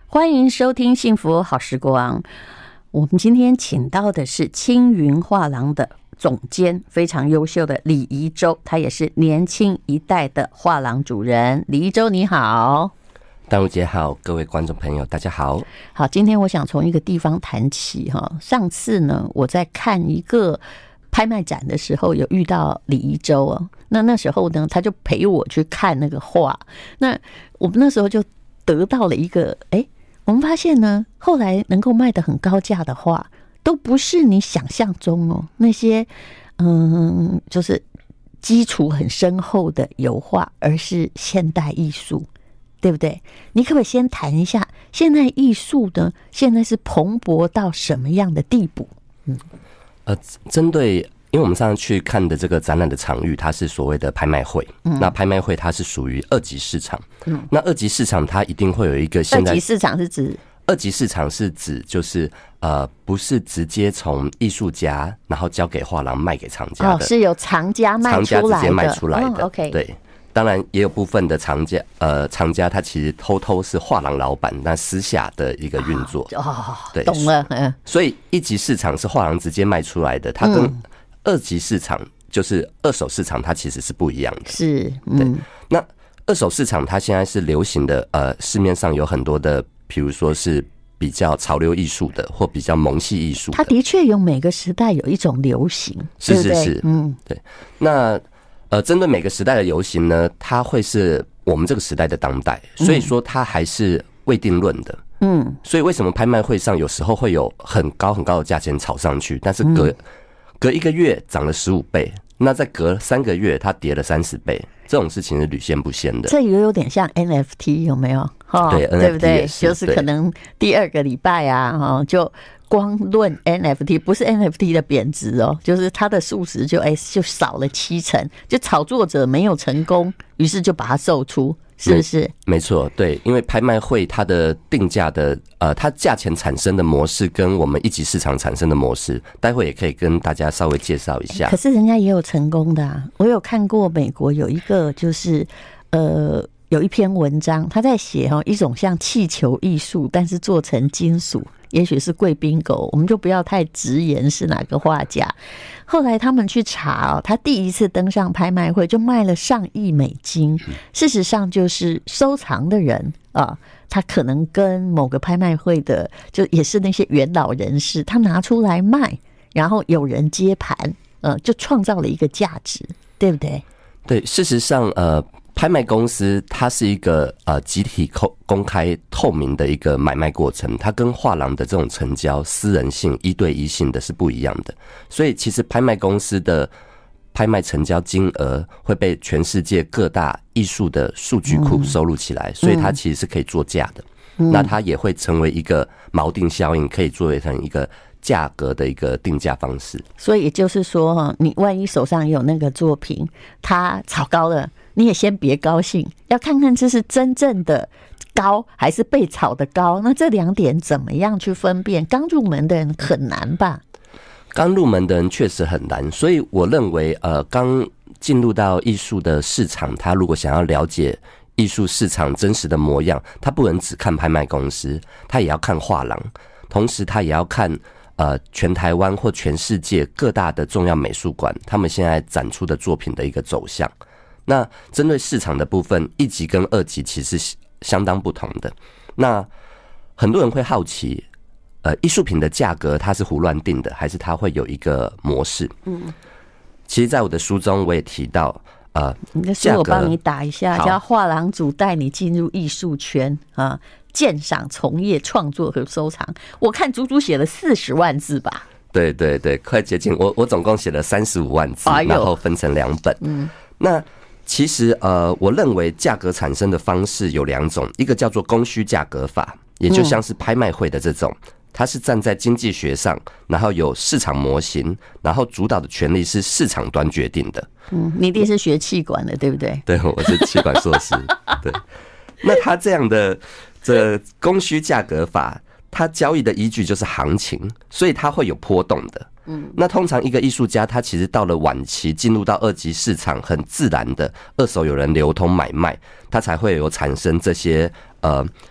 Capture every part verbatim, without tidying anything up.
欢迎收听幸福好时光。我们今天请到的是青云画廊的总监，非常优秀的李宜洲，他也是年轻一代的画廊主人。李宜洲你好。 淡如姐好，各位观众朋友大家好。 好，今天我想从一个地方谈起哈。上次呢，我在看一个拍卖展的时候，有遇到李宜洲哦。那那时候呢，他就陪我去看那个画。那我们那时候就得到了一个，哎，我们发现呢，后来能够卖得很高价的画，都不是你想象中哦，那些嗯，就是基础很深厚的油画，而是现代艺术。对不对？你可不可以先谈一下现代艺术呢？现在是蓬勃到什么样的地步？嗯， 呃，针对，因为我们上次去看的这个展览的场域，它是所谓的拍卖会。嗯，那拍卖会它是属于二级市场。嗯，那二级市场它一定会有一个现在。 二级市场是指？ 二级市场是指就是呃，不是直接从艺术家然后交给画廊卖给藏家的， 哦，是由藏家卖出来的， 藏家直接卖出来的。 哦 OK， 对。当然也有部分的藏家，呃，藏家他其实偷偷是画廊老板，但私下的一个运作。 哦， 对， 懂了。嗯， 所以一级市场是画廊直接卖出来的，它跟二级市场就是二手市场，它其实是不一样的。 是，嗯， 对。那二手市场它现在是流行的，呃，市面上有很多的，比如说是比较潮流艺术的，或比较萌系艺术的。 它的确有每个时代有一种流行， 是是是， 对对嗯， 对。那呃，针对每个时代的流行呢，它会是我们这个时代的当代，所以说它还是未定论的。嗯，所以为什么拍卖会上有时候会有很高很高的价钱炒上去，但是隔、嗯、隔一个月涨了十五倍，那再隔三个月它跌了三十倍，这种事情是屡见不鲜的。 这也有点像 N F T 有没有？哦、 对， 对不对？ 是就是可能第二个礼拜啊，哦就。光论 N F T 不是 N F T 的贬值哦，就是它的数值就哎就少了七成，就炒作者没有成功，于是就把它售出，是不是？ 没, 没错，对，因为拍卖会它的定价的呃，它价钱产生的模式跟我们一级市场产生的模式，待会也可以跟大家稍微介绍一下。 可是人家也有成功的啊，我有看过美国有一个就是呃。有一篇文章，他在写哦一种像气球艺术，但是做成金属，也许是贵宾狗，我们就不要太直言是哪个画家。后来他们去查哦，他第一次登上拍卖会就卖了上亿美金。事实上就是收藏的人啊，他可能跟某个拍卖会的，就也是那些元老人士，他拿出来卖，然后有人接盘，呃，就创造了一个价值，对不对？ 对，事实上，呃。拍卖公司它是一个呃集体公开透明的一个买卖过程，它跟画廊的这种成交私人性一对一性的是不一样的，所以其实拍卖公司的拍卖成交金额会被全世界各大艺术的数据库收录起来，所以它其实是可以作价的，那它也会成为一个锚定效应，可以作为成一个价格的一个定价方式。 所以也就是说，你万一手上有那个作品，它炒高了，你也先别高兴，要看看这是真正的高还是被炒的高。那这两点怎么样去分辨？刚入门的人很难吧？ 刚入门的人确实很难，所以我认为，呃，刚进入到艺术的市场，他如果想要了解艺术市场真实的模样，他不能只看拍卖公司，他也要看画廊，同时他也要看。呃，全台湾或全世界各大的重要美术馆，他们现在展出的作品的一个走向。那针对市场的部分，一级跟二级其实是相当不同的。那很多人会好奇，呃，艺术品的价格它是胡乱定的，还是它会有一个模式？嗯，其实，在我的书中我也提到，呃， 你的书我帮你打一下，叫《画廊主带你进入艺术圈》啊。鉴赏、从业、创作和收藏，我看足足写了四十万字吧。 对对对，快接近我，我总共写了三十五万字，哎，然后分成两本。嗯，那其实呃，我认为价格产生的方式有两种，一个叫做供需价格法，也就像是拍卖会的这种，嗯，它是站在经济学上，然后有市场模型，然后主导的权利是市场端决定的。嗯， 你一定是学企管的，对不对？ 对，我是企管硕士。对，那他这样的。这供需价格法，它交易的依据就是行情，所以它会有波动的。嗯，那通常一个艺术家，他其实到了晚期，进入到二级市场，很自然的二手有人流通买卖，它才会有产生这些呃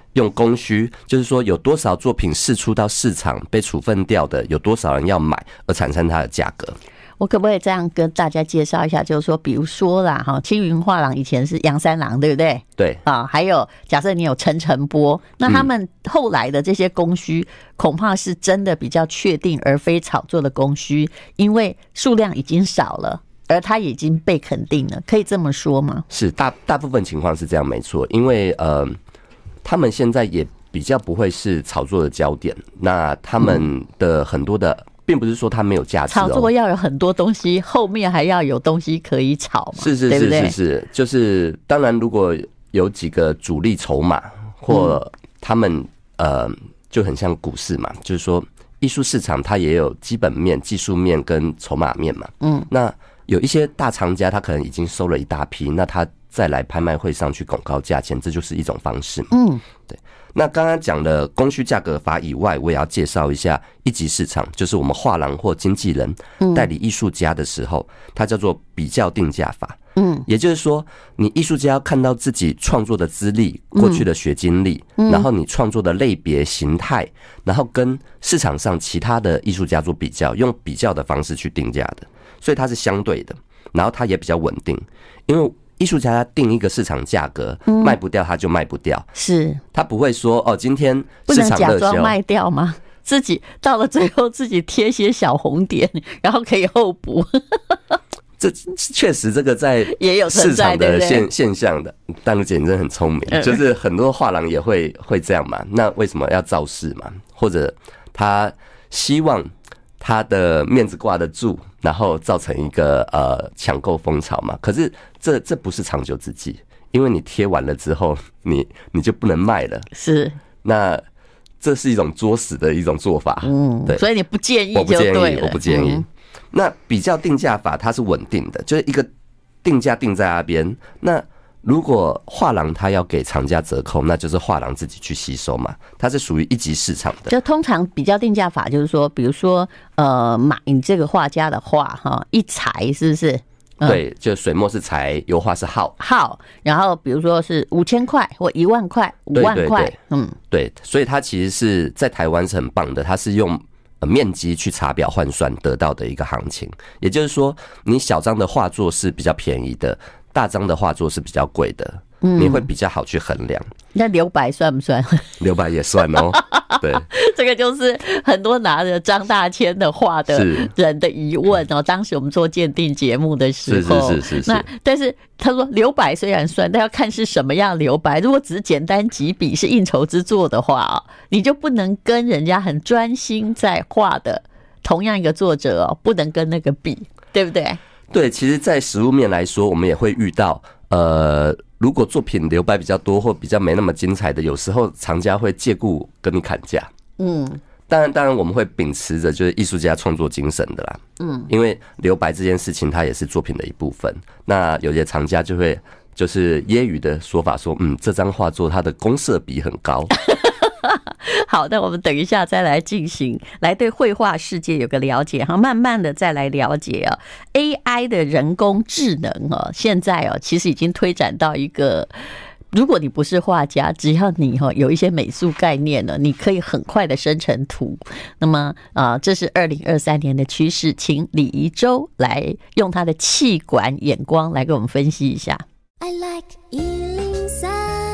用供需，就是说有多少作品释出到市场被处分掉的，有多少人要买，而产生它的价格。 我可不可以这样跟大家介绍一下？就是说，比如说啦，哈，青云画廊以前是杨三郎，对不对？ 对啊，还有假设你有陈澄波，那他们后来的这些供需，恐怕是真的比较确定，而非炒作的供需，因为数量已经少了。而它已经被肯定了，可以这么说吗？ 是大大部分情况是这样，没错。因为呃，他们现在也比较不会是炒作的焦点。那他们的很多的，并不是说它没有价值、哦。 炒作要有很多东西，后面还要有东西可以炒嘛？ 是是是是是，就是当然，如果有几个主力筹码，或他们呃就很像股市嘛，就是说艺术市场它也有基本面、技术面跟筹码面嘛。嗯，那有一些大藏家，他可能已经收了一大批，那他再来拍卖会上去拱高价钱，这就是一种方式嘛。嗯，对。那刚刚讲的供需价格法以外，我也要介绍一下一级市场，就是我们画廊或经纪人代理艺术家的时候，它叫做比较定价法。嗯，也就是说，你艺术家要看到自己创作的资历、过去的学经历，然后你创作的类别、形态，然后跟市场上其他的艺术家做比较，用比较的方式去定价的。所以它是相对的，然后它也比较稳定，因为艺术家他定一个市场价格，嗯、卖不掉他就卖不掉， 是他不会说哦，今天市场热销，不能假装卖掉吗？自己到了最后自己贴些小红点，然后可以后补。 这确实这个在也有市场的现现象的，淡如姐你真的很聪明，嗯、就是很多画廊也会会这样嘛。那为什么要造势嘛？或者他希望他的面子挂得住，然后造成一个呃抢购风潮嘛？可是这这不是长久之计，因为你贴完了之后，你你就不能卖了。 是， 那这是一种作死的一种做法。嗯，对， 所以你不建议就对了， 我不建议，我不建议。嗯、那比较定价法它是稳定的，就是一个定价定在那边。那如果画廊他要给厂家折扣，那就是画廊自己去吸收嘛，它是属于一级市场的。 就通常比较定价法就是说，比如说呃，买你这个画家的画哈，一裁是不是？ 嗯、对，就水墨是裁，油画是号号，然后比如说是五千块或一万块、五万块， 嗯，对，所以它其实是在台湾是很棒的，它是用面积去查表换算得到的一个行情。也就是说，你小张的画作是比较便宜的。大张的画作是比较贵的，你会比较好去衡量。 那留白算不算？ 留白也算哦。对， 这个就是很多拿着张大千的画的人的疑问哦。当时我们做鉴定节目的时候， 是是是是是。 那但是他说留白虽然算，但要看是什么样留白。如果只是简单几笔是应酬之作的话哦，你就不能跟人家很专心在画的同样一个作者哦，不能跟那个比，对不对？ 对，其实在实物面来说，我们也会遇到，呃，如果作品留白比较多或比较没那么精彩的，有时候藏家会借故跟你砍价。嗯，当然，当然我们会秉持着就是艺术家创作精神的啦。嗯，因为留白这件事情，它也是作品的一部分。那有些藏家就会就是揶揄的说法说，嗯，这张画作它的公设比很高。 好，那我们等一下再来进行，来对绘画世界有个了解哈，慢慢的再来了解啊 A I 的人工智能哦，现在哦其实已经推展到一个，如果你不是画家，只要你哈有一些美术概念呢，你可以很快的生成图。那么啊，这是二零二三年的趋势，请李宜洲来用他的气管眼光来给我们分析一下。I like 一零三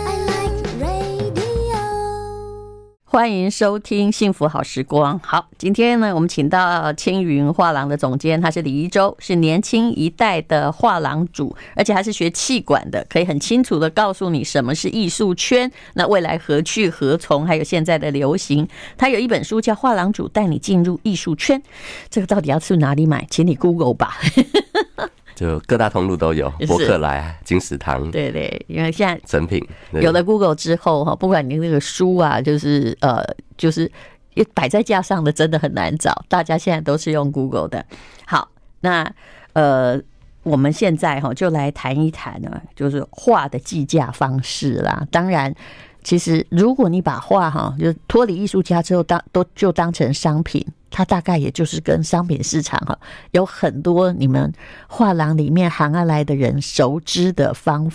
欢迎收听幸福好时光。好，今天呢，我们请到青云画廊的总监，他是李宜洲，是年轻一代的画廊主，而且还是学气管的，可以很清楚的告诉你什么是艺术圈，那未来何去何从，还有现在的流行。他有一本书叫《画廊主带你进入艺术圈》，这个到底要去哪里买？请你 Google 吧。 就各大通路都有，博客来、金石堂， 对对，因为现在成品有了 Google 之后哈，不管你那个书啊，就是呃，就是摆在架上的真的很难找，大家现在都是用 Google 的。好，那呃，我们现在哈就来谈一谈呢，就是画的计价方式啦。当然，其实如果你把画哈就脱离艺术家之后当都就当成商品。它大概也就是跟商品市场哈有很多你们画廊里面行而来的人熟知的方法，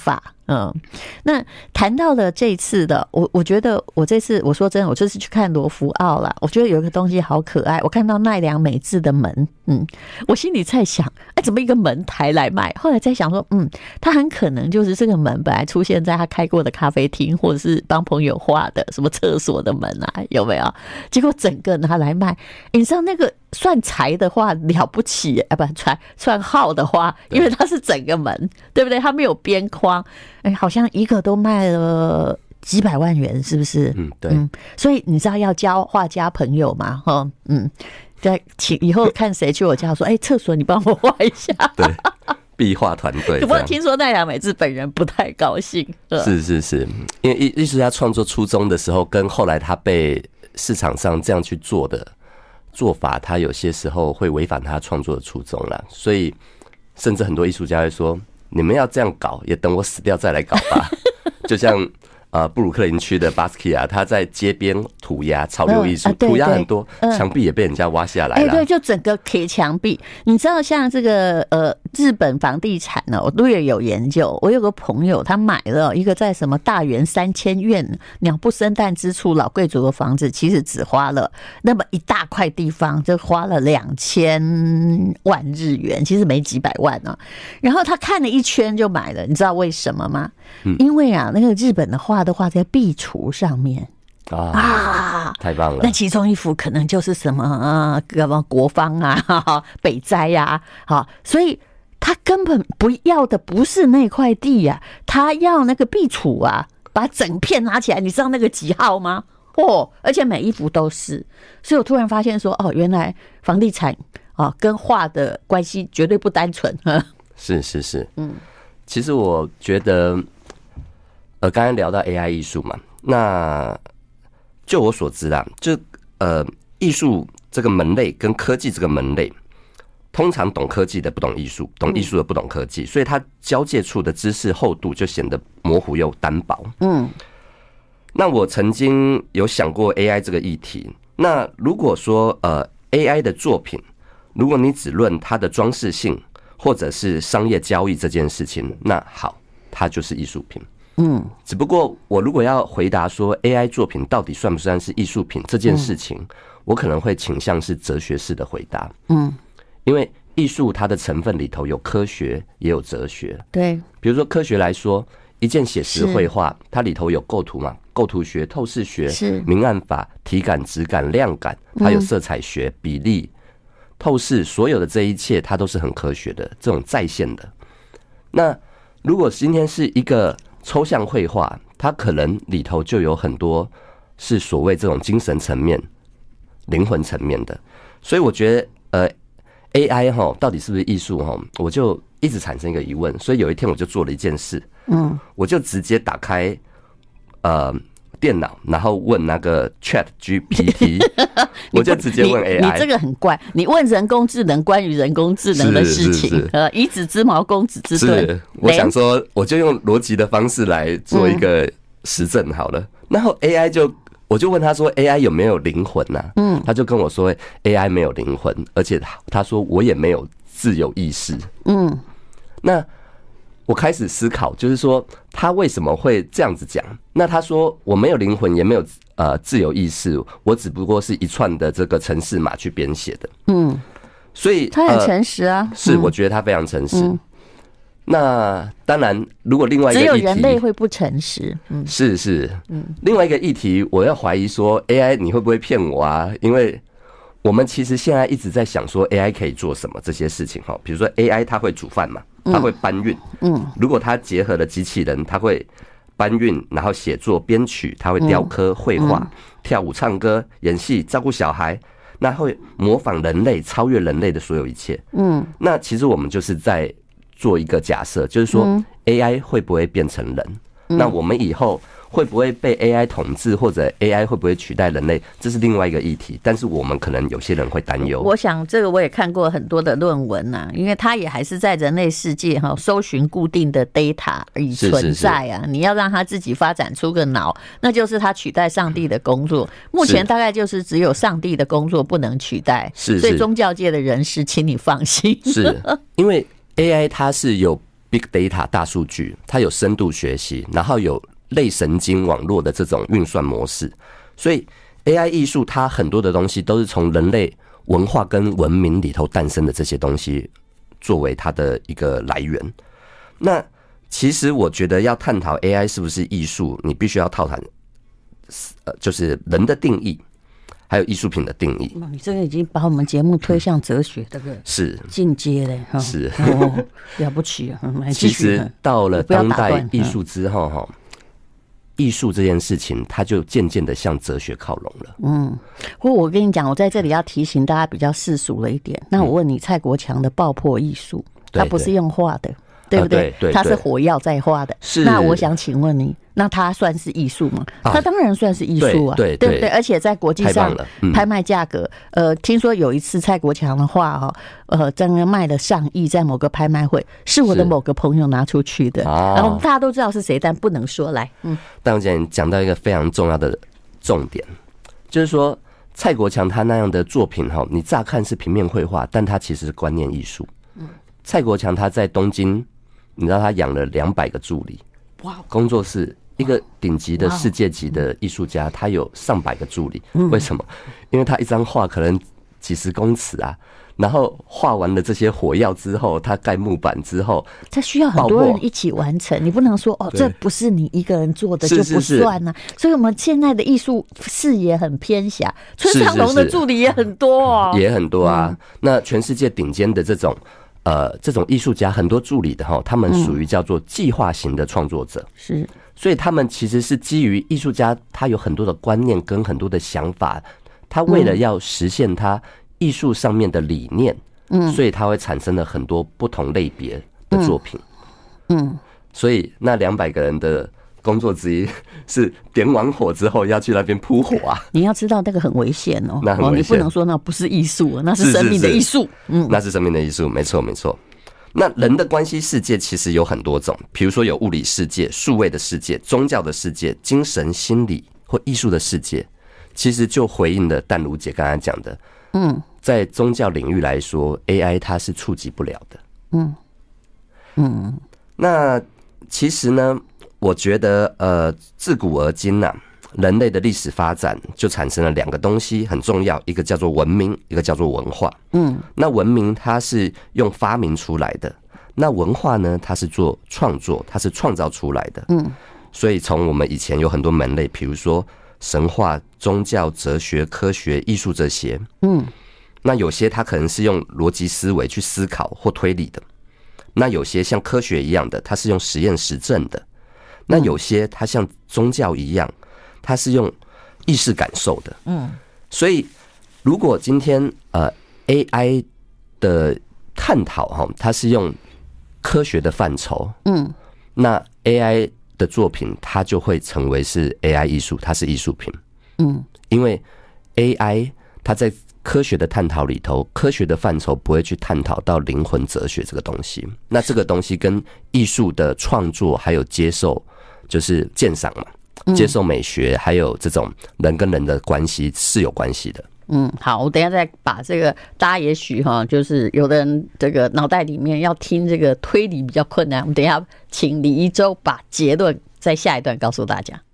嗯，那谈到了这次的，我我觉得我这次我说真的，我这次去看罗浮奥啦，我觉得有一个东西好可爱，我看到奈良美智的门，嗯，我心里在想，哎，怎么一个门抬来卖？后来在想说，嗯，他很可能就是这个门本来出现在他开过的咖啡厅，或者是帮朋友画的什么厕所的门啊，有没有？结果整个拿来卖，你知道那个算财的话了不起，啊不，算算号的话，因为它是整个门，对不对？它没有边框。哎，好像一个都卖了几百万元，是不是？ 嗯，对。 嗯，所以你知道要交画家朋友嘛？哈，嗯，在请以后看谁去我家说，哎，厕所你帮我画一下。 对，壁画团队。 不过听说奈良美智本人不太高兴。 是是是，因为艺艺术家创作初衷的时候，跟后来他被市场上这样去做的做法，他有些时候会违反他创作的初衷啦。所以，甚至很多艺术家会说，你们要这样搞，也等我死掉再来搞吧。就像呃布鲁克林区的巴斯基亚，他在街边涂鸦潮流艺术， 嗯啊、 涂鸦很多，墙、嗯、壁也被人家挖下来了。哎、 欸，对，就整个 K 墙壁。你知道，像这个呃日本房地产呢，我略有研究。我有个朋友，他买了一个在什么大园三千院鸟不生蛋之处老贵族的房子，其实只花了那么一大块地方，就花了两千万日元，其实没几百万呢、啊。然后他看了一圈就买了，你知道为什么吗？嗯、因为啊，那个日本的画都画在壁橱上面。 啊, 啊，太棒了！ 那其中一幅可能就是什么啊，什么国芳啊、北斋呀，好，所以他根本不要的不是那块地呀、啊，他要那个壁橱啊，把整片拿起来，你知道那个几号吗？哦，而且每一幅都是，所以我突然发现说，哦，原来房地产啊跟画的关系绝对不单纯。 是是是，嗯，其实我觉得，呃，刚才聊到 A I 艺术嘛，那。就我所知啦，就呃，艺术这个门类跟科技这个门类，通常懂科技的不懂艺术，懂艺术的不懂科技，所以它交界处的知识厚度就显得模糊又单薄。嗯，那我曾经有想过 A I 这个议题。那如果说呃 A I 的作品，如果你只论它的装饰性或者是商业交易这件事情，那好，它就是艺术品。嗯，只不过我如果要回答说 A I 作品到底算不算是艺术品这件事情，嗯、我可能会倾向是哲学式的回答。嗯，因为艺术它的成分里头有科学也有哲学。对，比如说科学来说，一件写实绘画，它里头有构图嘛，构图学、透视学、明暗法、体感、质感、量感，还有色彩学、比例、透视，所有的这一切它都是很科学的，这种在线的。那如果今天是一个抽象绘画，它可能里头就有很多是所谓这种精神层面、灵魂层面的，所以我觉得，呃 ，A I 哈到底是不是艺术哈，我就一直产生一个疑问。所以有一天我就做了一件事，嗯，我就直接打开呃电脑，然后问那个 Chat G P T， 我就直接问 A I 你。你这个很怪，你问人工智能关于人工智能的事情，呃，以子之矛攻子之盾。 是，我想说，我就用逻辑的方式来做一个实证好了。嗯、然后 A I 就，我就问他说 ，A I 有没有灵魂呐、啊？嗯，他就跟我说 ，A I 没有灵魂，而且他说我也没有自由意识。嗯，那。我开始思考，就是说他为什么会这样子讲？那他说我没有灵魂，也没有呃自由意识，我只不过是一串的这个程式码去编写的。嗯，所以他很诚实啊。 呃、是，我觉得他非常诚实。嗯、那当然，如果另外一个议题， 只有人类会不诚实。嗯， 是是。嗯，另外一个议题，我要怀疑说 A I 你会不会骗我啊？因为我们其实现在一直在想说 A I 可以做什么这些事情哈，比如说 A I 它会煮饭嘛。他会搬运，嗯，如果他结合了机器人，他会搬运，然后写作、编曲，他会雕刻、绘画、跳舞、唱歌、演戏、照顾小孩，那会模仿人类、超越人类的所有一切，嗯，那其实我们就是在做一个假设，就是说 A I 会不会变成人？那我们以后会不会被 A I 统治，或者 A I 会不会取代人类，这是另外一个议题。但是我们可能有些人会担忧。 我想这个我也看过很多的论文啊，因为它也还是在人类世界哈搜寻固定的 data 已存在啊。是是是，你要让它自己发展出个脑，那就是它取代上帝的工作。目前大概就是只有上帝的工作不能取代，是是，所以宗教界的人士，请你放心。 是因为 A I 它是有 Big Data 大数据，它有深度学习，然后有类神经网络的这种运算模式，所以 A I 艺术它很多的东西都是从人类文化跟文明里头诞生的这些东西作为它的一个来源。那其实我觉得要探讨 A I 是不是艺术，你必须要套谈呃，就是人的定义还有艺术品的定义。 你这个已经把我们节目推向哲学这个是进阶了， 是哦，了不起啊！ 其实到了当代艺术之后哈，艺术这件事情它就渐渐的向哲学靠拢了。 嗯，不过我跟你讲，我在这里要提醒大家比较世俗了一点。那我问你，蔡国强的爆破艺术，他不是用画的，对不对？他是火药在画的。是。那我想请问你，那他算是艺术吗？他当然算是艺术啊，对不对？而且在国际上拍卖价格，呃，听说有一次蔡国强的画哈，呃，真的卖了上亿，在某个拍卖会，是我的某个朋友拿出去的，然后大家都知道是谁，但不能说来。嗯。 但我讲讲到一个非常重要的重点，就是说蔡国强他那样的作品哈，你乍看是平面绘画，但他其实是观念艺术。嗯。蔡国强他在东京，你知道他养了两百个助理，哇，工作室。一个顶级的世界级的艺术家，他有上百个助理，为什么？因为他一张画可能几十公尺啊，然后画完了这些火药之后，他盖木板之后， 他需要很多人一起完成，你不能说哦，这不是你一个人做的就不算啊。所以我们现在的艺术视野很偏狭，村上隆的助理也很多哦， 也很多啊。那全世界顶尖的这种。呃，这种艺术家很多助理的哈，他们属于叫做计划型的创作者， 是， 所以他们其实是基于艺术家他有很多的观念跟很多的想法，他为了要实现他艺术上面的理念，嗯，所以他会产生了很多不同类别的作品，嗯，所以那两百个人的工作之一是点完火之后要去那边扑火啊！ 你要知道那个很危险哦， 那很危险， 你不能说那不是艺术，那是生命的艺术。 嗯，那是生命的艺术，没错没错。那人的关系世界其实有很多种，比如说有物理世界、数位的世界、宗教的世界、精神、心理或艺术的世界。其实就回应了淡如姐刚才讲的，嗯，在宗教领域来说 ，A I 它是触及不了的。嗯嗯，那其实呢？我觉得，呃，自古而今呐、啊，人类的历史发展就产生了两个东西很重要，一个叫做文明，一个叫做文化。嗯，那文明它是用发明出来的，那文化呢，它是做创作，它是创造出来的。嗯，所以从我们以前有很多门类，比如说神话、宗教、哲学、科学、艺术这些。嗯，那有些它可能是用逻辑思维去思考或推理的，那有些像科学一样的，它是用实验实证的。那有些它像宗教一样，它是用意识感受的。嗯，所以如果今天呃 A I 的探讨哈，它是用科学的范畴，嗯，那 A I 的作品它就会成为是 A I 艺术，它是艺术品。嗯，因为 A I 它在科学的探讨里头，科学的范畴不会去探讨到灵魂哲学这个东西。那这个东西跟艺术的创作还有接受。就是鉴赏嘛，接受美学，还有这种人跟人的关系是有关系的。 嗯，好，我等一下再把这个，大家也许哈，就是有的人这个脑袋里面要听这个推理比较困难，我们等一下请李宜洲把结论在下一段告诉大家。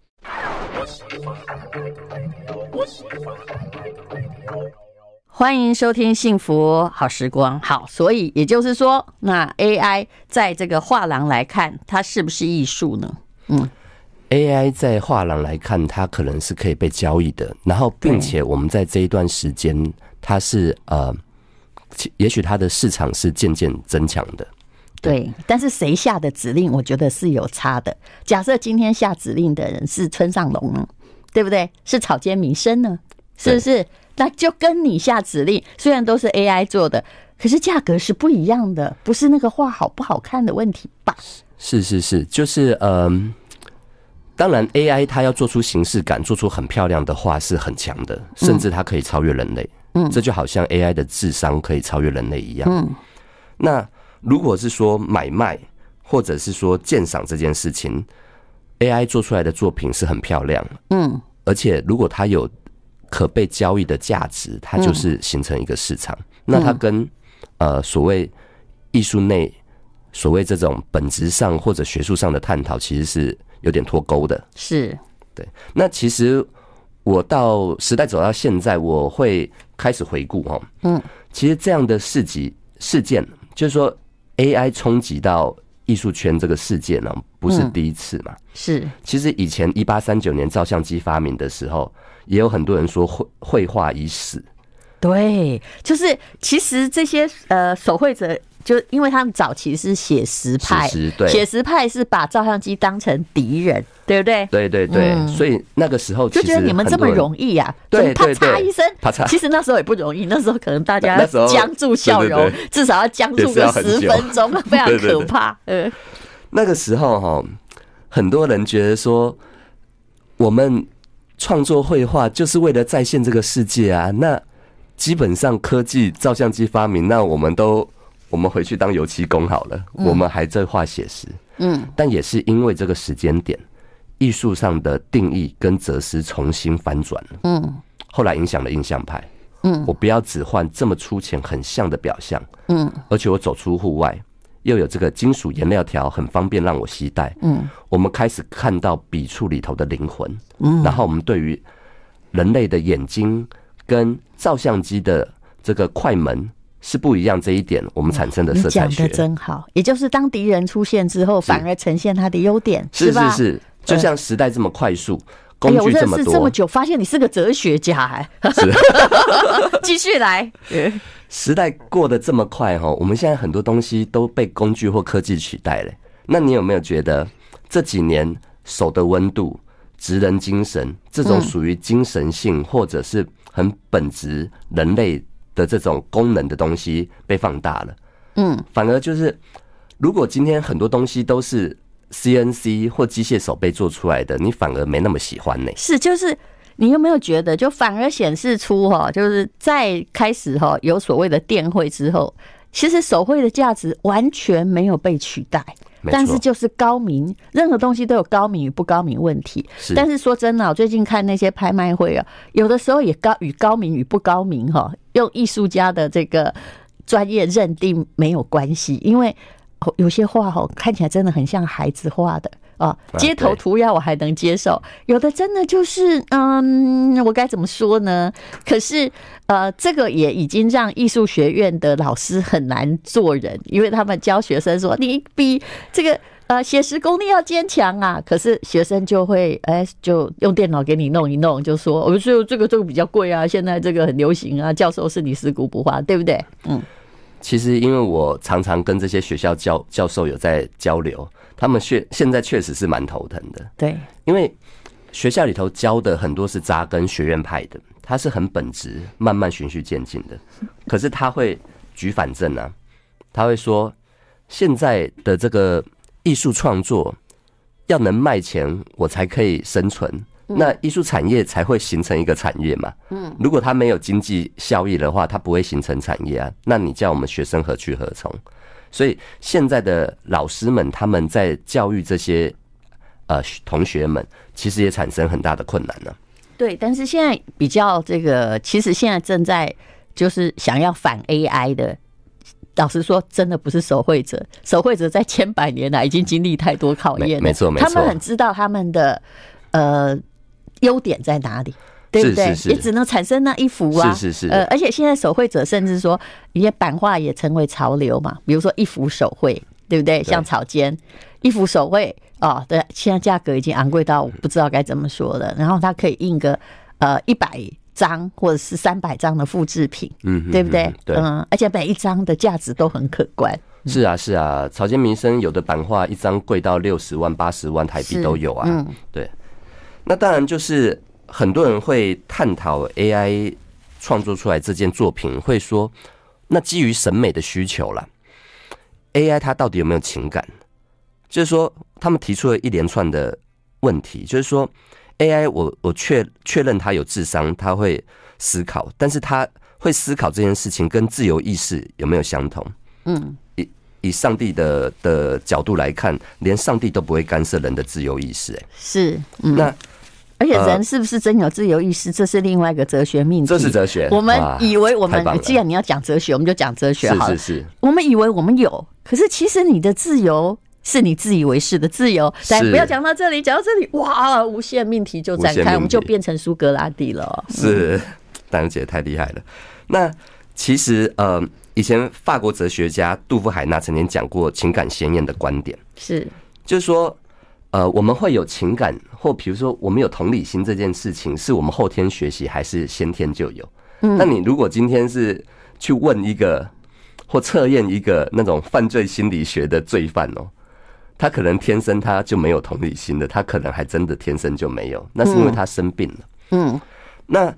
欢迎收听幸福好时光。好，所以也就是说，那 A I 在这个画廊来看，它是不是艺术呢？嗯 ，A I 在画廊来看，它可能是可以被交易的，然后并且我们在这一段时间，它是呃，也许它的市场是渐渐增强的。 对，但是谁下的指令，我觉得是有差的。假设今天下指令的人是村上隆呢，对不对？是草间弥生呢，是不是？那就跟你下指令，虽然都是 A I 做的，可是价格是不一样的，不是那个画好不好看的问题吧？ 是是是，就是呃，当然 A I 它要做出形式感，做出很漂亮的画是很强的，甚至它可以超越人类。嗯，这就好像 A I 的智商可以超越人类一样。嗯，那如果是说买卖或者是说鉴赏这件事情 ，A I 做出来的作品是很漂亮。嗯，而且如果它有可被交易的价值，它就是形成一个市场。嗯、那它跟呃所谓艺术内所谓这种本质上或者学术上的探讨，其实是有点脱钩的。 是，对。 那其实我到时代走到现在，我会开始回顾哦，嗯，其实这样的事迹事件，就是说 A I 冲击到艺术圈这个事件呢，不是第一次嘛。嗯、 是， 其实以前一八三九年照相机发明的时候，也有很多人说绘绘画已死。 对，就是其实这些呃手绘者，就因为他们早期是写实派，写实派是把照相机当成敌人，对不对？ 对对对，嗯、所以那个时候其实就觉得你们这么容易啊， 对对对， 啪嚓一声， 啪嚓， 其实那时候也不容易，那时候可能大家僵住笑容，对对对，至少要僵住个十分钟，非常可怕。对对对， 那个时候哈，很多人觉得说，我们创作绘画就是为了再现这个世界啊，那基本上科技照相机发明，那我们都我们回去当油漆工好了，嗯、我们还在画写实。嗯，但也是因为这个时间点，艺术上的定义跟哲思重新翻转了。嗯，后来影响了印象派。嗯，我不要只换这么粗浅很像的表象。嗯，而且我走出户外，又有这个金属颜料条，很方便让我携带。嗯，我们开始看到笔触里头的灵魂。嗯，然后我们对于人类的眼睛跟照相机的这个快门是不一样，这一点我们产生的色彩学。 你讲的真好，也就是当敌人出现之后，反而呈现他的优点， 是吧？ 是是，就像时代这么快速，工具这么多， 哎、我认识这么久，发现你是个哲学家、哎， 是， 继续来。 时代过得这么快哈，我们现在很多东西都被工具或科技取代了。那你有没有觉得这几年手的温度、职人精神这种属于精神性或者是很本质人类的这种功能的东西被放大了？嗯，反而就是如果今天很多东西都是 C N C 或机械手背做出来的，你反而没那么喜欢呢、欸。 是，就是你有没有觉得，就反而显示出哈，就是在开始哈有所谓的电绘之后，其实手绘的价值完全没有被取代。但是就是高明，任何东西都有高明与不高明问题。但是说真的，我最近看那些拍卖会啊，有的时候也高与高明与不高明哈，用艺术家的这个专业认定没有关系，因为有些画哈看起来真的很像孩子画的啊，街头涂鸦我还能接受，有的真的就是嗯，我该怎么说呢？可是呃，这个也已经让艺术学院的老师很难做人，因为他们教学生说你比这个呃写实功力要坚强啊，可是学生就会哎、欸、就用电脑给你弄一弄，就说我说这个这个比较贵啊，现在这个很流行啊，教授是你尸骨不化，对不对？嗯。 其实，因为我常常跟这些学校教教授有在交流，他们现现在确实是蛮头疼的。 对， 因为学校里头教的很多是扎根学院派的，它是很本质、慢慢循序渐进的。可是他会举反证啊，他会说，现在的这个艺术创作要能卖钱，我才可以生存。那艺术产业才会形成一个产业嘛。嗯，如果它没有经济效益的话，它不会形成产业啊。那你叫我们学生何去何从？所以现在的老师们他们在教育这些呃同学们，其实也产生很大的困难呢、啊。 对，但是现在比较这个，其实现在正在就是想要反 A I 的。老实说，真的不是手绘者，手绘者在千百年来已经经历太多考验了。 没错，没错， 他们很知道他们的呃。优点在哪里？对不对？ 是是是， 也只能产生那一幅啊。 是是是。 呃，而且现在手绘者甚至说，一些版画也成为潮流嘛。比如说一幅手绘，对不对？像草间一幅手绘哦，对，现在价格已经昂贵到不知道该怎么说了。然后它可以印个呃一百张或者是三百张的复制品，嗯，对不对？ 对， 嗯，而且每一张的价值都很可观。 是啊是啊，草间弥生有的版画一张贵到六十万、八十万台币都有啊。嗯，对。那当然就是很多人会探讨 A I 创作出来这件作品，会说那基于审美的需求啦 A I 它到底有没有情感？就是说他们提出了一连串的问题，就是说 A I 我我确确认它有智商，它会思考，但是它会思考这件事情跟自由意识有没有相同？嗯，以以上帝的的角度来看，连上帝都不会干涉人的自由意识、欸， 是，嗯、 那。 而且人是不是真有自由意识，这是另外一个哲学命题。 这是哲学。 我们以为我们既然你要讲哲学，我们就讲哲学好了。 是是是。 我们以为我们有，可是其实你的自由是你自以为是的自由。但不要讲到这里，讲到这里，哇，无限命题就展开，我们就变成苏格拉底了。 是，丹姐太厉害了。那其实呃，以前法国哲学家杜夫海纳曾经讲过情感先验的观点， 是， 就是说。呃，我们会有情感，或比如说我们有同理心这件事情，是我们后天学习还是先天就有？嗯，那你如果今天是去问一个或测验一个那种犯罪心理学的罪犯哦，他可能天生他就没有同理心的，他可能还真的天生就没有，那是因为他生病了。嗯，那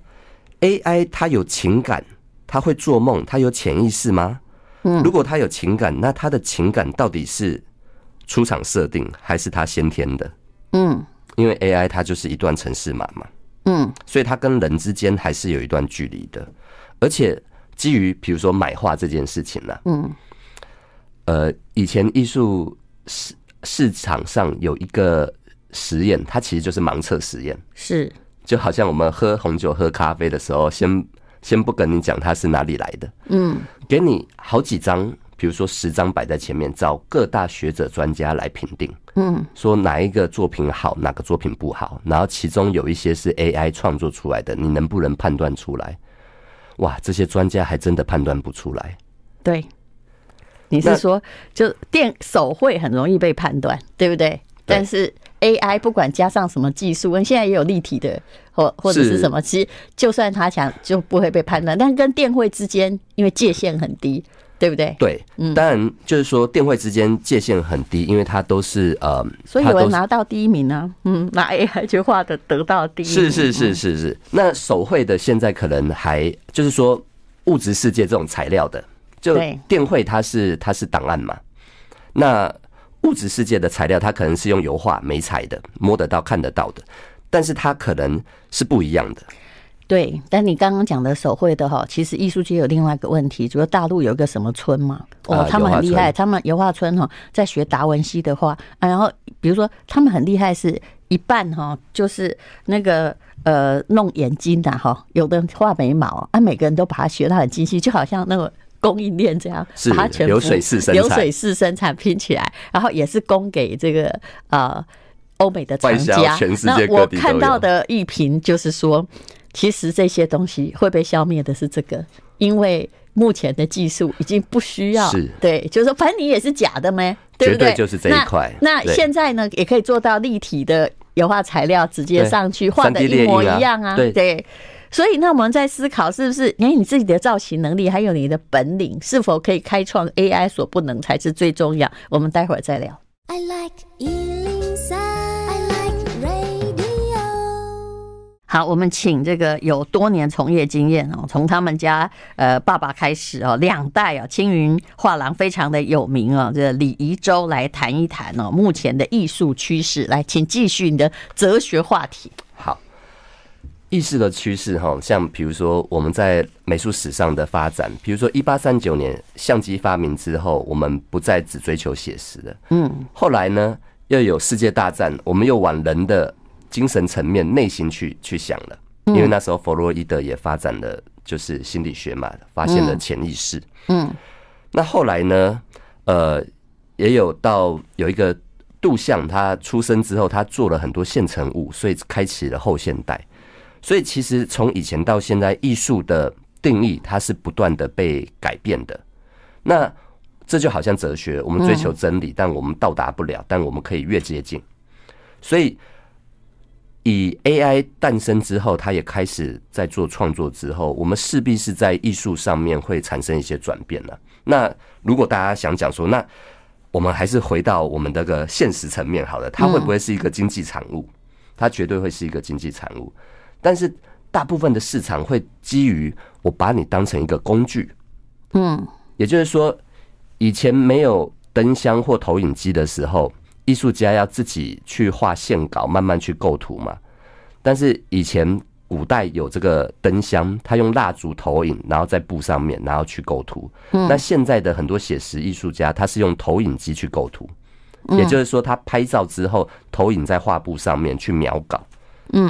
A I 它有情感，它会做梦，它有潜意识吗？嗯，如果它有情感，那它的情感到底是出厂设定还是它先天的？嗯，因为 A I 它就是一段程式码嘛，嗯，所以它跟人之间还是有一段距离的。而且基于比如说买画这件事情呢、啊，嗯，呃，以前艺术市市场上有一个实验，它其实就是盲测实验， 是就好像我们喝红酒、喝咖啡的时候，先先不跟你讲它是哪里来的，嗯，给你好几张。比如说十张摆在前面，找各大学者专家来评定，嗯，说哪一个作品好，哪个作品不好，然后其中有一些是 A I 创作出来的，你能不能判断出来？哇，这些专家还真的判断不出来。 对，你是说就电手绘很容易被判断，对不对？但是 A I 不管加上什么技术，现在也有立体的或或者是什么，其实就算他想就不会被判断，但跟电绘之间因为界限很低。对不对？ 对，当然就是说电绘之间界限很低，因为它都是呃， 所以有人拿到第一名啊，嗯，拿 A I 去画的得到第一名， 是是是是是。那手绘的现在可能还就是说物质世界这种材料的，就电绘它是它是档案嘛，那物质世界的材料它可能是用油画、媒材的，摸得到、看得到的，但是它可能是不一样的。 对，但你刚刚讲的手绘的哈，其实艺术界有另外一个问题，主要大陆有一个什么村嘛，哦，他们很厉害，他们油画村哈，在学达文西的画啊，然后比如说他们很厉害，是一半哈，就是那个呃弄眼睛的哈，有的画眉毛啊，每个人都把它学到很精细，就好像那个供应链这样，把它全部流水式生产， 流水式生产拼起来，然后也是供给这个呃欧美的厂家， 全世界各地都有。 那我看到的艺评就是说。其实这些东西会被消灭的是这个，因为目前的技术已经不需要。 是， 对，就是说，反正你也是假的咩，对不对？ 绝对就是这一块。 那, 那现在呢，也可以做到立体的油画材料直接上去画的一模一样啊。 对对。所以，那我们在思考，是不是你你自己的造型能力，还有你的本领，是否可以开创 A I 所不能，才是最重要。我们待会儿再聊。I like 一零三 I like radio。好，我们请这个有多年从业经验哦，从他们家呃爸爸开始哦，两代啊，青云画廊非常的有名啊，这李宜洲来谈一谈哦，目前的艺术趋势。来，请继续你的哲学话题。 好，艺术的趋势哈，像比如说我们在美术史上的发展，比如说一八三九年相机发明之后，我们不再只追求写实了，嗯，后来呢又有世界大战，我们又往人的精神层面、内心去去想了，因为那时候弗洛伊德也发展了就是心理学嘛，发现了潜意识。嗯，那后来呢，呃，也有到有一个杜象，他出生之后，他做了很多现成物，所以开启了后现代。所以其实从以前到现在，艺术的定义它是不断的被改变的。那这就好像哲学，我们追求真理，但我们到达不了，但我们可以越接近。所以以 A I 诞生之后，它也开始在做创作之后，我们势必是在艺术上面会产生一些转变了。那如果大家想讲说，那我们还是回到我们这个现实层面好了，它会不会是一个经济产物？它绝对会是一个经济产物，但是大部分的市场会基于我把你当成一个工具，嗯，也就是说，以前没有灯箱或投影机的时候，艺术家要自己去画线稿，慢慢去构图嘛。但是以前古代有这个灯箱，他用蜡烛投影，然后在布上面，然后去构图。嗯、那现在的很多写实艺术家，他是用投影机去构图，也就是说，他拍照之后投影在画布上面去描稿。嗯，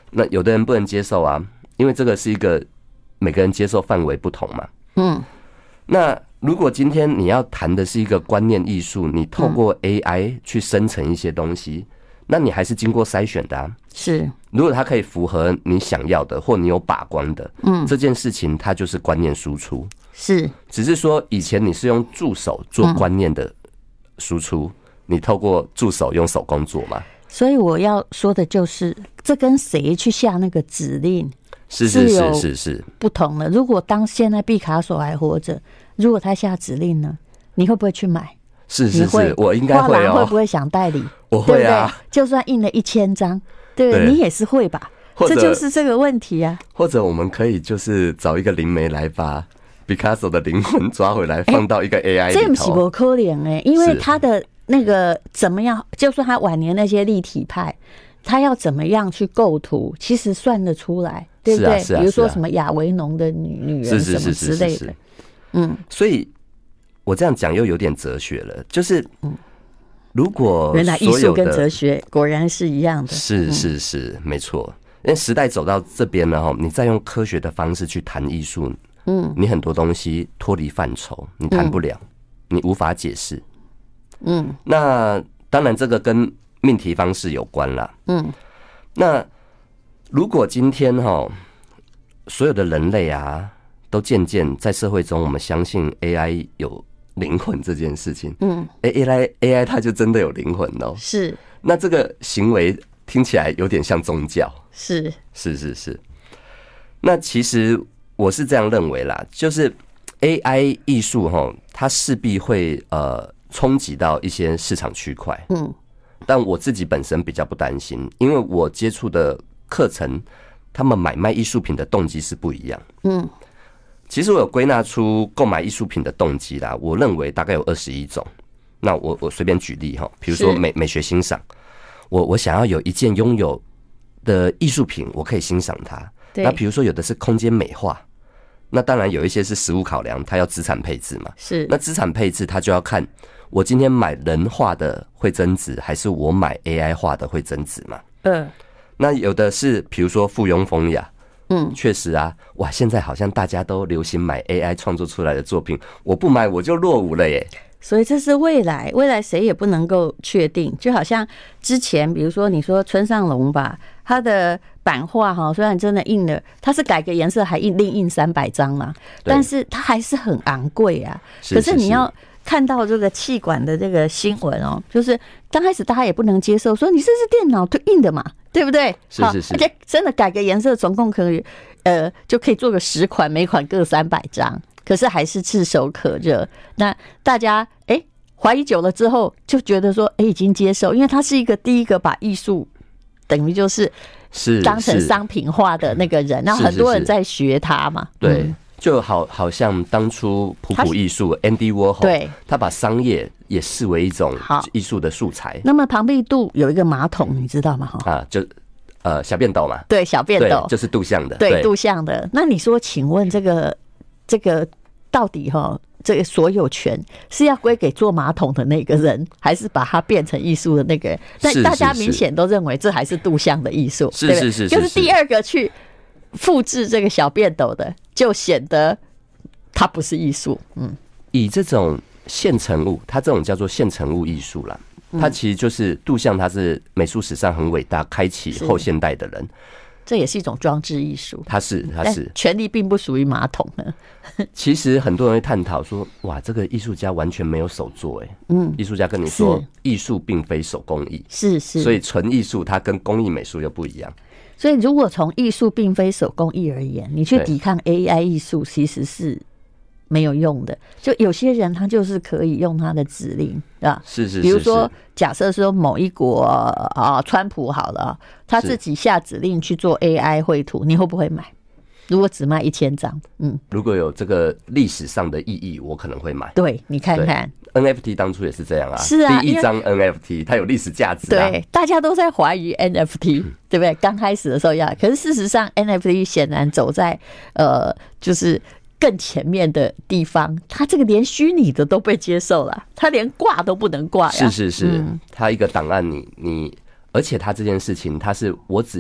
那有的人不能接受啊，因为这个是一个每个人接受范围不同嘛。嗯，那如果今天你要谈的是一个观念艺术，你透过 A I 去生成一些东西，嗯、那你还是经过筛选的啊。 是， 如果它可以符合你想要的，或你有把关的，嗯，这件事情它就是观念输出。 是， 只是说以前你是用助手做观念的输出，嗯、你透过助手用手工做嘛。 所以我要说的就是，这跟谁去下那个指令是是是是是不同的。如果当现在毕卡索还活着，如果他下指令呢，你会不会去买？ 是是是，我应该会哦。 画廊会不会想代理？ 我会啊， 对不对？就算印了一千张，对不对？你也是会吧？这就是这个问题啊。 或者我们可以就是找一个灵媒来把毕卡索的灵魂抓回来，放到一个 A I 里头。 这不是不可能哎，因为他的那个怎么样？就算他晚年那些立体派，他要怎么样去构图，其实算得出来，对不对？ 是啊是啊、 比如说什么亚维农的女女人什么之类的。嗯， 所以我这样讲又有点哲学了，就是如果原来艺术跟哲学果然是一样的， 是是是，没错。因为时代走到这边了哈，你再用科学的方式去谈艺术，嗯，你很多东西脱离范畴，你谈不了，你无法解释。嗯，那当然这个跟命题方式有关啦。嗯，那如果今天哈，所有的人类啊，都渐渐在社会中，我们相信 A I 有灵魂这件事情。嗯 ，A I A I 它就真的有灵魂哦。 是， 那这个行为听起来有点像宗教。 是， 是是是。那其实我是这样认为啦，就是 A I 艺术哈，它势必会呃。冲击到一些市场区块，嗯，但我自己本身比较不担心，因为我接触的课程，他们买卖艺术品的动机是不一样，嗯，其实我有归纳出购买艺术品的动机啦，我认为大概有二十一种。那我我随便举例哈，比如说美美学欣赏，我我想要有一件拥有的艺术品，我可以欣赏它。那比如说有的是空间美化。那当然有一些是实务考量，它要资产配置嘛。 是， 那资产配置它就要看我今天买人画的会增值，还是我买 A I 画的会增值嘛？嗯。那有的是，比如说附庸风雅，嗯，确实啊，哇，现在好像大家都流行买 A I 创作出来的作品，我不买我就落伍了耶。 所以这是未来，未来谁也不能够确定。就好像之前，比如说你说村上隆吧，他的版画哈，虽然真的印了，他是改个颜色还印另印三百张嘛，但是他还是很昂贵啊。可是你要看到这个气管的这个新闻哦，就是刚开始大家也不能接受，说你这是电脑印的嘛，对不对？ 是是是， 而且真的改个颜色，总共可以呃就可以做个十款，每款各三百张。可是还是炙手可热，那大家哎怀疑久了之后，就觉得说哎已经接受，因为他是一个第一个把艺术等于就是是当成商品化的那个人，然后很多人在学他嘛。 对，嗯、就好好像当初普普艺术 Andy Warhol， 对，他把商业也视为一种艺术的素材。 那么庞毕度有一个马桶，你知道吗？ 啊，就呃小便斗嘛， 对，小便斗就是杜象的， 对，杜象的。那你说，请问这个这个？到底哈，这个所有权是要归给做马桶的那个人，还是把它变成艺术的那个人？但大家明显都认为这还是杜象的艺术， 是是是， 就是第二个去复制这个小便斗的，就显得它不是艺术。嗯， 以这种现成物，它这种叫做现成物艺术啦，它其实就是杜象，他是美术史上很伟大、开启后现代的人。 这也是一种装置艺术， 它是它是， 权力并不属于马桶呢。 其实很多人会探讨说，哇，这个艺术家完全没有手作，哎，嗯，艺术家跟你说，艺术并非手工艺， 是是， 所以纯艺术它跟工艺美术又不一样。 所以如果从艺术并非手工艺而言，你去抵抗 A I 艺术，其实是没有用的。就有些人他就是可以用他的指令啊， 是是是， 比如说假设说某一国啊，川普好了，他自己下指令去做 A I 绘图，你会不会买？如果只卖一千张，嗯， 如果有这个历史上的意义，我可能会买。 对，你看看 N F T 当初也是这样啊， 是啊， 第一张 N F T 它有历史价值啊， 对，大家都在怀疑 N F T，嗯、对不对？刚开始的时候要，可是事实上 N F T 显然走在呃，就是更前面的地方，它这个连虚拟的都被接受了，它连挂都不能挂呀。 是是是，嗯、它一个档案你，你你，而且它这件事情，它是我只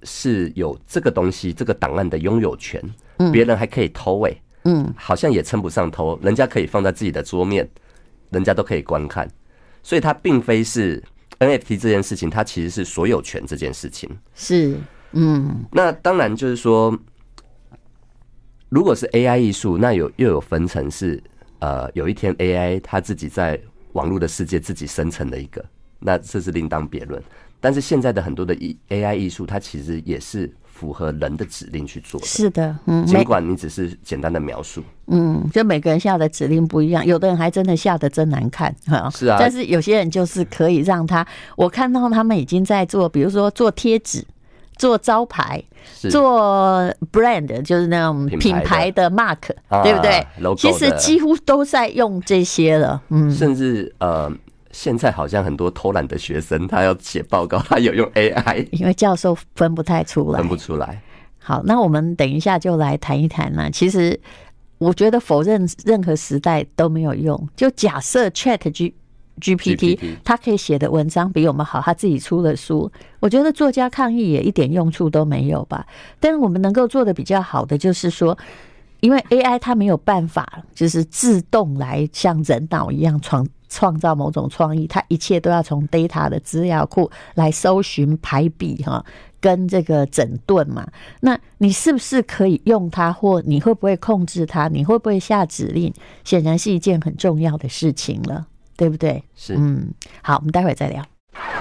是有这个东西这个档案的拥有权，别人还可以偷欸，嗯，好像也称不上偷，人家可以放在自己的桌面，人家都可以观看，所以它并非是 N F T 这件事情，它其实是所有权这件事情。 是，嗯， 那当然就是说，如果是 A I 艺术，那有又有分成是，呃，有一天 A I 它自己在网络的世界自己生成的一个，那这是另当别论。但是现在的很多的 A I 艺术，它其实也是符合人的指令去做的。 是的，嗯， 尽管你只是简单的描述， 嗯，就每个人下的指令不一样，有的人还真的下的真难看， 是啊。 但是有些人就是可以让他，我看到他们已经在做，比如说做贴纸、做招牌、做 brand， 就是那种品牌的 mark， 对不对？啊、其实几乎都在用这些了，嗯， 甚至呃。现在好像很多偷懒的学生，他要写报告，他有用 A I， 因为教授分不太出来， 分不出来。 好，那我们等一下就来谈一谈呢。其实我觉得否认任何时代都没有用。就假设 Chat G G P T 他可以写的文章比我们好，他自己出了书，我觉得作家抗议也一点用处都没有吧。但是我们能够做的比较好的就是说，因为 A I 它没有办法就是自动来像人脑一样创创造某种创意，它一切都要从 data 的资料库来搜寻排比哈，跟这个整顿嘛。那你是不是可以用它，或你会不会控制它，你会不会下指令，显然是一件很重要的事情了，对不对？ 是， 嗯，好，我们待会儿再聊。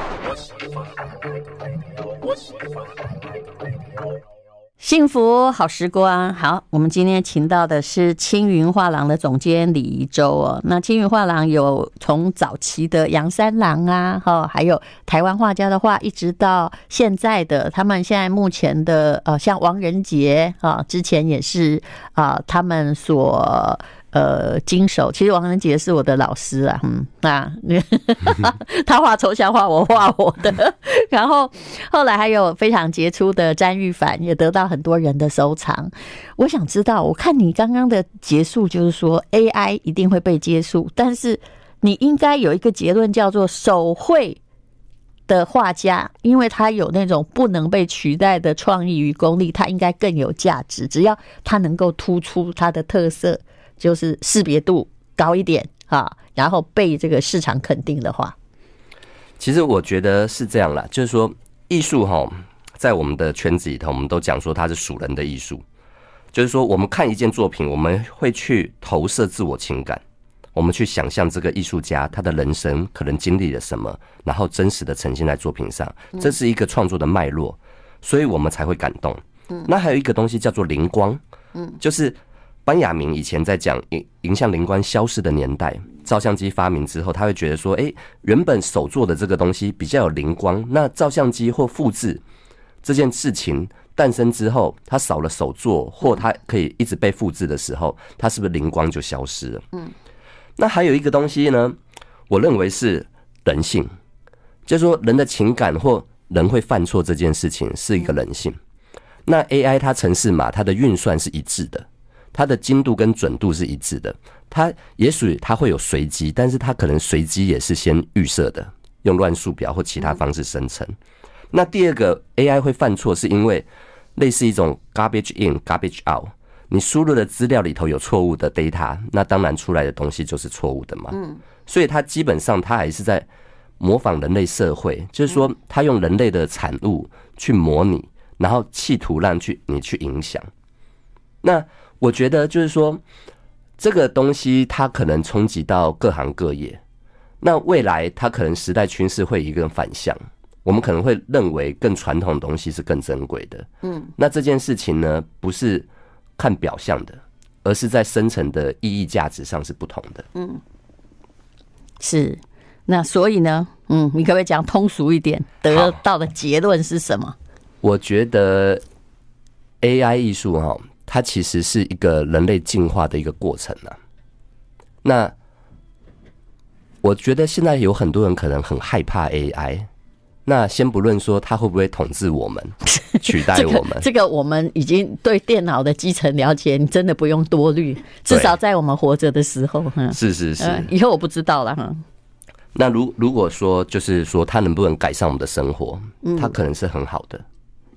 幸福好时光，好，我们今天请到的是青云画廊的总监李宜洲哦。那青云画廊有从早期的杨三郎啊，哈，还有台湾画家的画，一直到现在的他们现在目前的呃，像王仁杰啊，之前也是啊，他们所。呃，经手，其实王仁杰是我的老师啊，嗯啊，他画抽象画，我画我的，然后后来还有非常杰出的詹玉凡，也得到很多人的收藏。我想知道，我看你刚刚的结束就是说 A I 一定会被接触，但是你应该有一个结论叫做手绘的画家，因为他有那种不能被取代的创意与功力，他应该更有价值，只要他能够突出他的特色。就是识别度高一点啊，然后被这个市场肯定的话， 其实我觉得是这样啦，就是说艺术哈，在我们的圈子里头，我们都讲说它是属人的艺术，就是说我们看一件作品，我们会去投射自我情感，我们去想象这个艺术家他的人生可能经历了什么，然后真实的呈现在作品上，这是一个创作的脉络，所以我们才会感动。那还有一个东西叫做灵光，就是班雅明以前在讲影像灵光消失的年代，照相机发明之后，他会觉得说，哎、欸，原本手做的这个东西比较有灵光，那照相机或复制这件事情诞生之后，它少了手做，或它可以一直被复制的时候，它是不是灵光就消失了？嗯，那还有一个东西呢，我认为是人性，就是说人的情感或人会犯错这件事情是一个人性。那 A I 它程式码它的运算是一致的。它的精度跟准度是一致的，它也许它会有随机，但是它可能随机也是先预设的，用乱数表或其他方式生成。那第二个 A I 会犯错，是因为类似一种 garbage in、garbage out， 你输入的资料里头有错误的 data， 那当然出来的东西就是错误的嘛。嗯，所以它基本上它还是在模仿人类社会，就是说它用人类的产物去模拟，然后企图让去你去影响。那我觉得就是说，这个东西它可能冲击到各行各业。那未来它可能时代趋势会一个反向，我们可能会认为更传统的东西是更珍贵的。嗯，那这件事情呢，不是看表象的，而是在深层的意义价值上是不同的。 嗯，是。那所以呢，嗯，你可不可以讲通俗一点，得到的结论是什么？ 我觉得 A I 艺术哈。它其实是一个人类进化的一个过程啊。那我觉得现在有很多人可能很害怕 A I， 那先不论说它会不会统治我们、取代我们， 这个、这个我们已经对电脑的基层了解，你真的不用多虑。至少在我们活着的时候， 是是是、呃， 以后我不知道了哈。 那如如果说就是说它能不能改善我们的生活，它可能是很好的。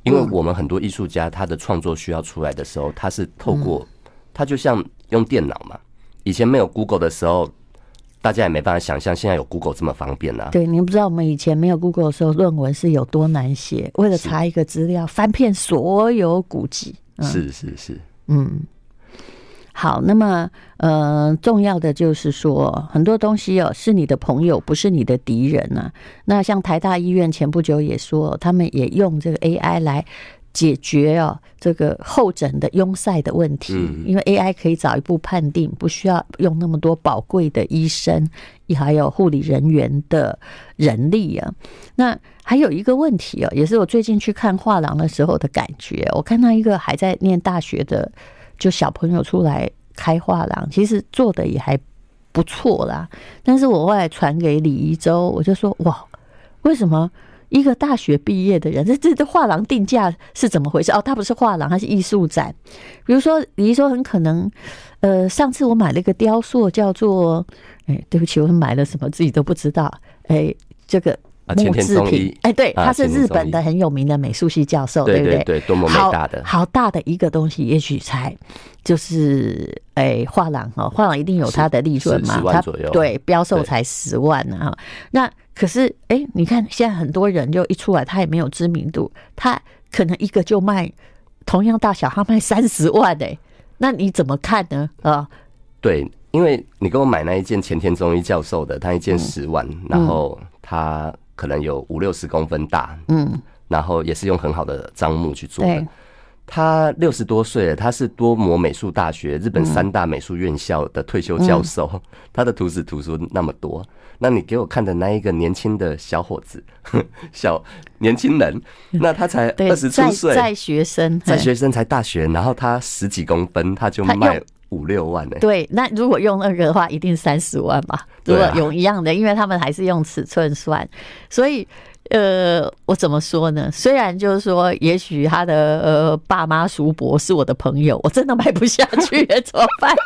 因为我们很多艺术家他的创作需要出来的时候，他是透过、嗯、他就像用电脑嘛，以前没有 Google 的时候，大家也没办法想象现在有 Google 这么方便啊。 对，你不知道我们以前没有 Google 的时候，论文是有多难写，为了查一个资料，翻遍所有古籍。 嗯、是是是， 嗯。好，那么呃，重要的就是说，很多东西哦是你的朋友，不是你的敌人啊。那像台大医院前不久也说，他们也用这个 A I 来解决哦这个候诊的拥塞的问题，嗯、因为 A I 可以早一步判定，不需要用那么多宝贵的医生还有护理人员的人力啊。那还有一个问题哦，也是我最近去看画廊的时候的感觉，我看到一个还在念大学的。就小朋友出来开画廊，其实做的也还不错啦。但是我后来传给李宜洲，我就说哇，为什么一个大学毕业的人，这这这画廊定价是怎么回事？哦，他不是画廊，他是艺术展。比如说李宜洲很可能，呃，上次我买了一个雕塑，叫做，哎，对不起，我买了什么自己都不知道，哎，这个。木制品，哎，对，他是日本的很有名的美术系教授，对不对？ 对，多么美大的， 好大的一个东西，也许才就是哎，画廊哈，画廊一定有它的利润嘛，它对标售才十万啊。那可是哎，你看现在很多人就一出来，他也没有知名度，他可能一个就卖同样大小，他卖三十万哎，那你怎么看呢？啊， 对，因为你跟我买那一件前田忠一教授的，他一件十万，嗯、然后他。可能有五六十公分大，嗯，然后也是用很好的樟木去做的。他六十多岁了，他是多摩美术大学日本三大美术院校的退休教授，嗯、他的图纸图书那么多，那你给我看的那一个年轻的小伙子，小年轻人，那他才二十出岁， 在学生， 在学生才大学，然后他十几公分，他就卖。五六万呢、欸？ 对，那如果用那个的话，一定三十万吧。如果用一样的，因为他们还是用尺寸算，所以呃，我怎么说呢？虽然就是说，也许他的呃爸妈叔伯是我的朋友，我真的买不下去，怎么办？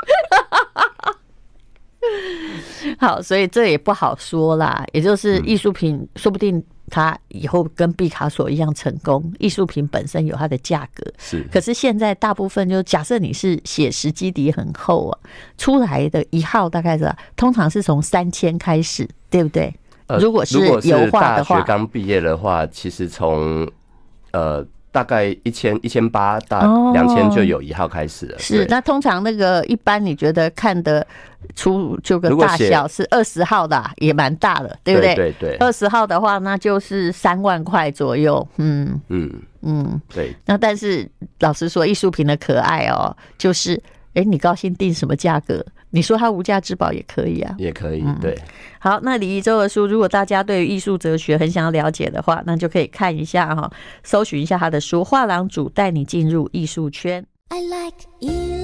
好，所以这也不好说啦。也就是艺术品，说不定它以后跟毕卡索一样成功。艺术品本身有它的价格， 是。 可是现在大部分就假设你是写实基底很厚啊，出来的一号大概是通常是从三千开始，对不对？ 呃、 如果是油画的话， 大学刚毕业的话，其实从呃。大概一千一千八到两千就有一号开始了。哦、 是，那通常那个一般你觉得看得出就个大小是二十号的、啊，也蛮大的，对不对？ 对对对。 二十号的话，那就是三万块左右。嗯嗯嗯，对。 那但是老实说，艺术品的可爱哦，就是哎、欸，你高兴定什么价格？你说它无价之宝也可以啊， 也可以。对。嗯、 好，那李宜洲的书，如果大家对于艺术哲学很想要了解的话，那就可以看一下哈，搜寻一下他的书《画廊主带你进入艺术圈》。I like you.